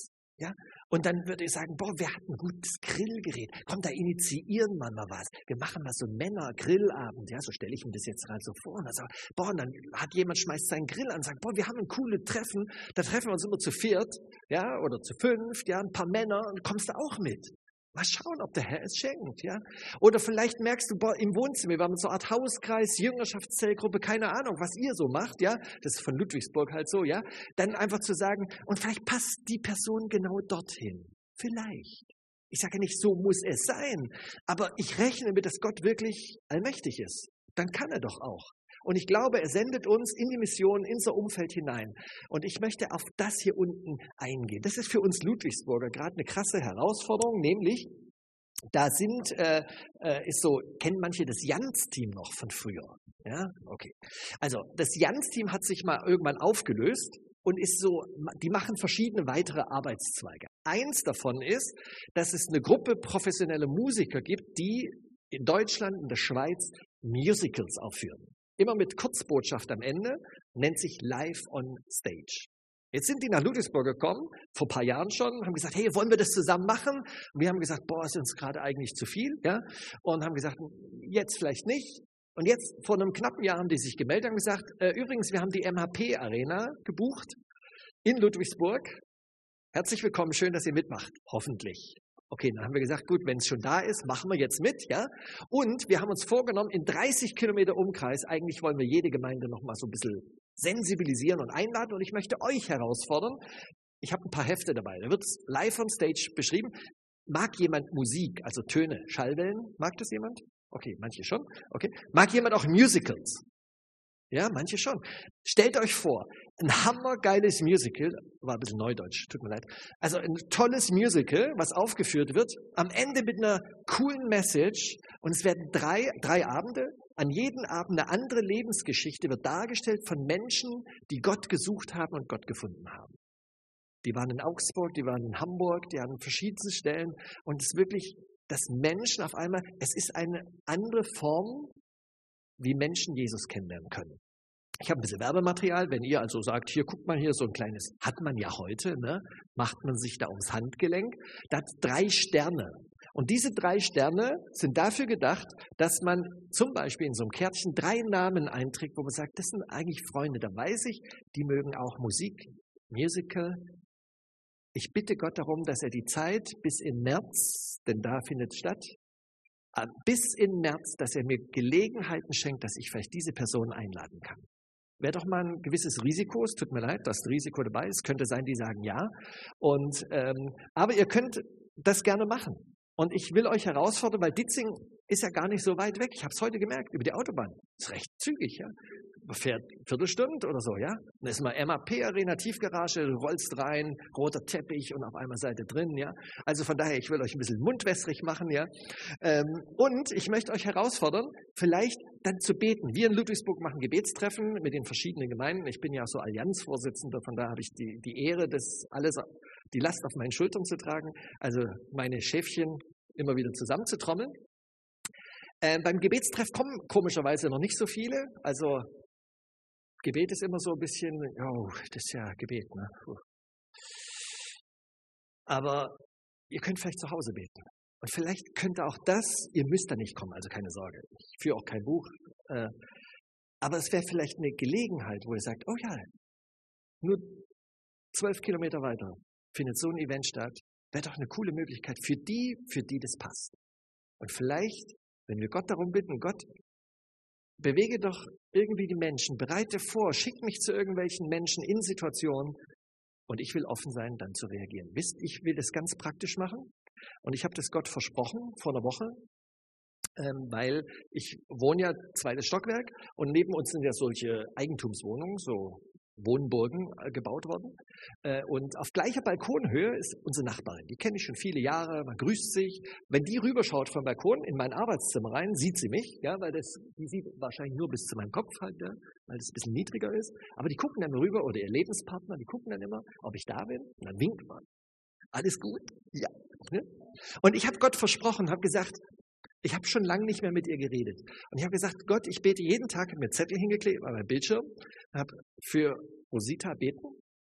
Ja? Und dann würde ich sagen, boah, wir hatten ein gutes Grillgerät. Komm, da initiieren wir mal was. Wir machen mal so einen Männer-Grillabend. Ja, so stelle ich mir das jetzt gerade so vor. Und dann, sag, boah, und dann hat jemand, schmeißt seinen Grill an und sagt, boah, wir haben ein cooles Treffen. Da treffen wir uns immer zu viert, ja, oder zu fünft, ja, ein paar Männer. Und kommst du auch mit. Mal schauen, ob der Herr es schenkt, ja. Oder vielleicht merkst du, boah, im Wohnzimmer, wir haben so eine Art Hauskreis, Jüngerschaftszellgruppe, keine Ahnung, was ihr so macht, ja. Das ist von Ludwigsburg halt so, ja. Dann einfach zu sagen, und vielleicht passt die Person genau dorthin. Vielleicht. Ich sage nicht, so muss es sein. Aber ich rechne mit, dass Gott wirklich allmächtig ist. Dann kann er doch auch. Und ich glaube, er sendet uns in die Mission, in unser Umfeld hinein. Und ich möchte auf das hier unten eingehen. Das ist für uns Ludwigsburger gerade eine krasse Herausforderung, nämlich, da sind, äh, äh, ist so, kennen manche das Jans-Team noch von früher? Ja, okay. Also, das Jans-Team hat sich mal irgendwann aufgelöst und ist so, die machen verschiedene weitere Arbeitszweige. Eins davon ist, dass es eine Gruppe professioneller Musiker gibt, die in Deutschland, in der Schweiz Musicals aufführen. Immer mit Kurzbotschaft am Ende, nennt sich Live on Stage. Jetzt sind die nach Ludwigsburg gekommen, vor ein paar Jahren schon, haben gesagt, hey, wollen wir das zusammen machen? Und wir haben gesagt, boah, ist uns gerade eigentlich zu viel, ja? Und haben gesagt, jetzt vielleicht nicht. Und jetzt, vor einem knappen Jahr haben die sich gemeldet und gesagt, äh, übrigens, wir haben die M H P Arena gebucht in Ludwigsburg. Herzlich willkommen, schön, dass ihr mitmacht, hoffentlich. Okay, dann haben wir gesagt, gut, wenn es schon da ist, machen wir jetzt mit, ja. Und wir haben uns vorgenommen, in dreißig Kilometer Umkreis, eigentlich wollen wir jede Gemeinde noch mal so ein bisschen sensibilisieren und einladen. Und ich möchte euch herausfordern. Ich habe ein paar Hefte dabei. Da wird es live on stage beschrieben. Mag jemand Musik, also Töne, Schallwellen? Mag das jemand? Okay, manche schon. Okay. Mag jemand auch Musicals? Ja, manche schon. Stellt euch vor, ein hammergeiles Musical, war ein bisschen neudeutsch, tut mir leid. Also ein tolles Musical, was aufgeführt wird, am Ende mit einer coolen Message. Und es werden drei, drei Abende, an jedem Abend eine andere Lebensgeschichte wird dargestellt von Menschen, die Gott gesucht haben und Gott gefunden haben. Die waren in Augsburg, die waren in Hamburg, die hatten verschiedenste Stellen. Und es ist wirklich, dass Menschen auf einmal, es ist eine andere Form, wie Menschen Jesus kennenlernen können. Ich habe ein bisschen Werbematerial, wenn ihr also sagt, hier guckt mal hier, so ein kleines, hat man ja heute, ne, macht man sich da ums Handgelenk, da hat drei Sterne. Und diese drei Sterne sind dafür gedacht, dass man zum Beispiel in so einem Kärtchen drei Namen einträgt, wo man sagt, das sind eigentlich Freunde, da weiß ich, die mögen auch Musik, Musical. Ich bitte Gott darum, dass er die Zeit bis in März, denn da findet es statt, bis in März, dass er mir Gelegenheiten schenkt, dass ich vielleicht diese Person einladen kann. Wäre doch mal ein gewisses Risiko, es tut mir leid, dass das Risiko dabei ist, könnte sein, die sagen ja. Und, ähm, aber ihr könnt das gerne machen. Und ich will euch herausfordern, weil Ditzing ist ja gar nicht so weit weg. Ich habe es heute gemerkt, über die Autobahn. Ist recht zügig, ja. Man fährt eine Viertelstunde oder so, ja. Dann ist mal M A P Arena, Tiefgarage, du rollst rein, roter Teppich und auf einmal seid ihr drin, ja. Also von daher, ich will euch ein bisschen mundwässrig machen, ja. Ähm, und ich möchte euch herausfordern, vielleicht dann zu beten. Wir in Ludwigsburg machen Gebetstreffen mit den verschiedenen Gemeinden. Ich bin ja auch so Allianzvorsitzender, von daher habe ich die, die Ehre, das alles, die Last auf meinen Schultern zu tragen. Also meine Schäfchen immer wieder zusammenzutrommeln. Ähm, beim Gebetstreff kommen komischerweise noch nicht so viele. Also Gebet ist immer so ein bisschen, oh, das ist ja Gebet, ne? Puh. Aber ihr könnt vielleicht zu Hause beten. Und vielleicht könnt ihr auch das, ihr müsst da nicht kommen, also keine Sorge. Ich führe auch kein Buch. Äh, aber es wäre vielleicht eine Gelegenheit, wo ihr sagt, oh ja, nur zwölf Kilometer weiter findet so ein Event statt. Wäre doch eine coole Möglichkeit für die, für die das passt. Und vielleicht, wenn wir Gott darum bitten, Gott, bewege doch irgendwie die Menschen, bereite vor, schick mich zu irgendwelchen Menschen in Situationen und ich will offen sein, dann zu reagieren. Wisst, ich will das ganz praktisch machen und ich habe das Gott versprochen vor einer Woche, ähm, weil ich wohne ja zweites Stockwerk und neben uns sind ja solche Eigentumswohnungen, so Wohnburgen äh, gebaut worden. Äh, und auf gleicher Balkonhöhe ist unsere Nachbarin. Die kenne ich schon viele Jahre, man grüßt sich. Wenn die rüberschaut vom Balkon in mein Arbeitszimmer rein, sieht sie mich, ja, weil das, die sieht wahrscheinlich nur bis zu meinem Kopf halt, ja, weil das ein bisschen niedriger ist. Aber die gucken dann rüber, oder ihr Lebenspartner, die gucken dann immer, ob ich da bin. Und dann winkt man. Alles gut? Ja. Ne? Und ich habe Gott versprochen, habe gesagt, ich habe schon lange nicht mehr mit ihr geredet. Und ich habe gesagt, Gott, ich bete jeden Tag, habe mir Zettel hingeklebt an meinem Bildschirm, habe für Rosita beten.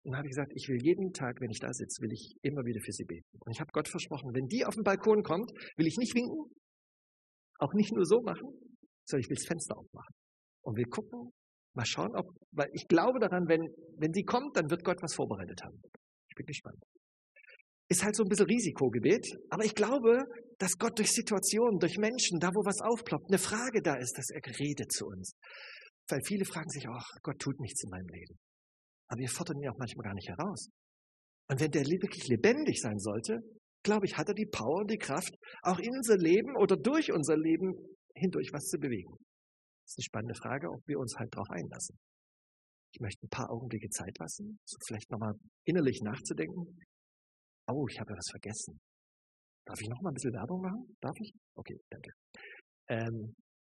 Und dann habe ich gesagt, ich will jeden Tag, wenn ich da sitze, will ich immer wieder für sie beten. Und ich habe Gott versprochen, wenn die auf den Balkon kommt, will ich nicht winken, auch nicht nur so machen, sondern ich will das Fenster aufmachen. Und wir gucken, mal schauen, ob, weil ich glaube daran, wenn, wenn sie kommt, dann wird Gott was vorbereitet haben. Ich bin gespannt. Ist halt so ein bisschen Risikogebet, aber ich glaube, dass Gott durch Situationen, durch Menschen, da wo was aufploppt, eine Frage da ist, dass er redet zu uns. Weil viele fragen sich auch, Gott tut nichts in meinem Leben. Aber wir fordern ihn auch manchmal gar nicht heraus. Und wenn der wirklich lebendig sein sollte, glaube ich, hat er die Power und die Kraft, auch in unser Leben oder durch unser Leben hindurch was zu bewegen. Das ist eine spannende Frage, ob wir uns halt darauf einlassen. Ich möchte ein paar Augenblicke Zeit lassen, so vielleicht nochmal innerlich nachzudenken. Oh, ich habe ja was vergessen. Darf ich noch mal ein bisschen Werbung machen? Darf ich? Okay, danke. Ähm,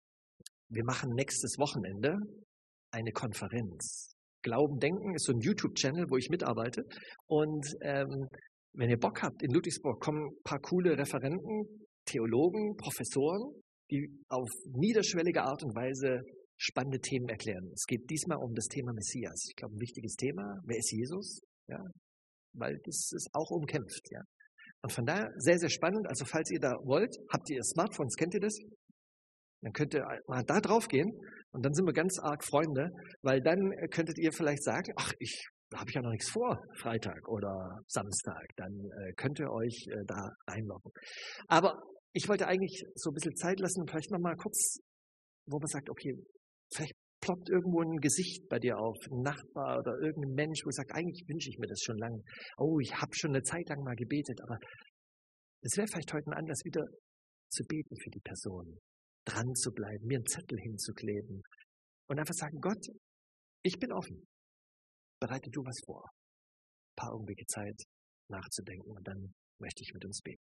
wir machen nächstes Wochenende eine Konferenz. Glauben, Denken ist so ein YouTube-Channel, wo ich mitarbeite. Und ähm, wenn ihr Bock habt, in Ludwigsburg kommen ein paar coole Referenten, Theologen, Professoren, die auf niederschwellige Art und Weise spannende Themen erklären. Es geht diesmal um das Thema Messias. Ich glaube, ein wichtiges Thema. Wer ist Jesus? Ja, weil das ist auch umkämpft. Ja. Und von daher sehr, sehr spannend. Also falls ihr da wollt, habt ihr Smartphones, kennt ihr das? Dann könnt ihr mal da drauf gehen und dann sind wir ganz arg Freunde, weil dann könntet ihr vielleicht sagen, ach, ich da habe ich ja noch nichts vor, Freitag oder Samstag, dann äh, könnt ihr euch äh, da einloggen. Aber ich wollte eigentlich so ein bisschen Zeit lassen, vielleicht nochmal kurz, wo man sagt, okay, vielleicht ploppt irgendwo ein Gesicht bei dir auf, ein Nachbar oder irgendein Mensch, wo ich sage, eigentlich wünsche ich mir das schon lange. Oh, ich habe schon eine Zeit lang mal gebetet, aber es wäre vielleicht heute ein Anlass, wieder zu beten für die Person, dran zu bleiben, mir einen Zettel hinzukleben und einfach sagen, Gott, ich bin offen, bereite du was vor. Ein paar Augenblicke Zeit nachzudenken und dann möchte ich mit uns beten.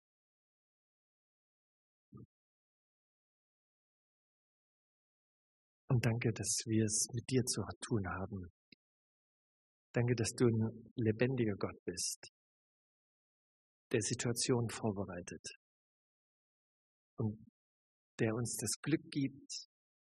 Und danke, dass wir es mit dir zu tun haben. Danke, dass du ein lebendiger Gott bist, der Situationen vorbereitet und der uns das Glück gibt,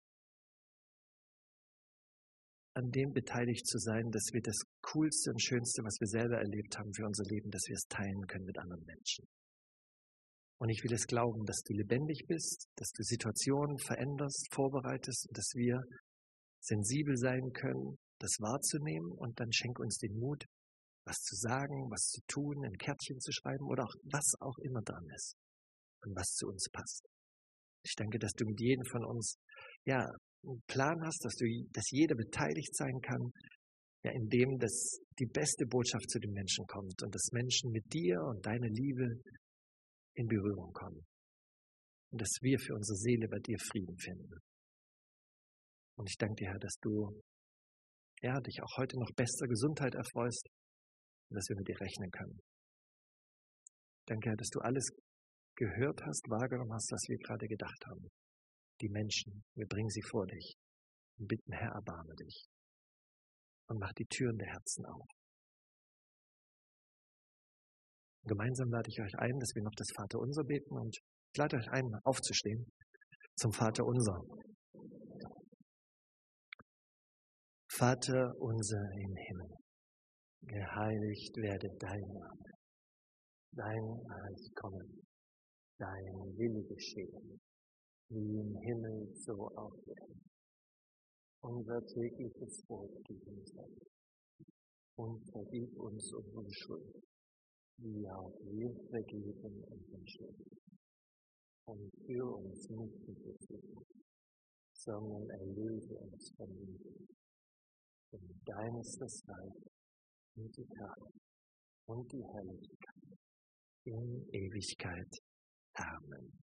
an dem beteiligt zu sein, dass wir das Coolste und Schönste, was wir selber erlebt haben für unser Leben, dass wir es teilen können mit anderen Menschen. Und ich will es glauben, dass du lebendig bist, dass du Situationen veränderst, vorbereitest und dass wir sensibel sein können, das wahrzunehmen und dann schenk uns den Mut, was zu sagen, was zu tun, ein Kärtchen zu schreiben oder auch was auch immer dran ist und was zu uns passt. Ich danke, dass du mit jedem von uns ja einen Plan hast, dass du, dass jeder beteiligt sein kann, ja, indem dass die beste Botschaft zu den Menschen kommt und dass Menschen mit dir und deiner Liebe in Berührung kommen und dass wir für unsere Seele bei dir Frieden finden. Und ich danke dir, Herr, dass du ja, dich auch heute noch bester Gesundheit erfreust und dass wir mit dir rechnen können. Danke, Herr, dass du alles gehört hast, wahrgenommen hast, was wir gerade gedacht haben. Die Menschen, wir bringen sie vor dich und bitten, Herr, erbarme dich und mach die Türen der Herzen auf. Gemeinsam lade ich euch ein, dass wir noch das Vaterunser beten und ich lade euch ein, aufzustehen zum Vaterunser. Vater unser im Himmel, geheiligt werde dein Name, dein Reich komme, dein Wille geschehe, wie im Himmel so auf Erden. Unser tägliches Brot gib uns heute und vergib uns unsere Schuld, wie auch wir vergeben unseren Schuldigen. Und führe uns nicht in Versuchung, sondern erlöse uns von dem Bösen. Denn dein ist das Reich und die Kraft und die Herrlichkeit in Ewigkeit. Amen.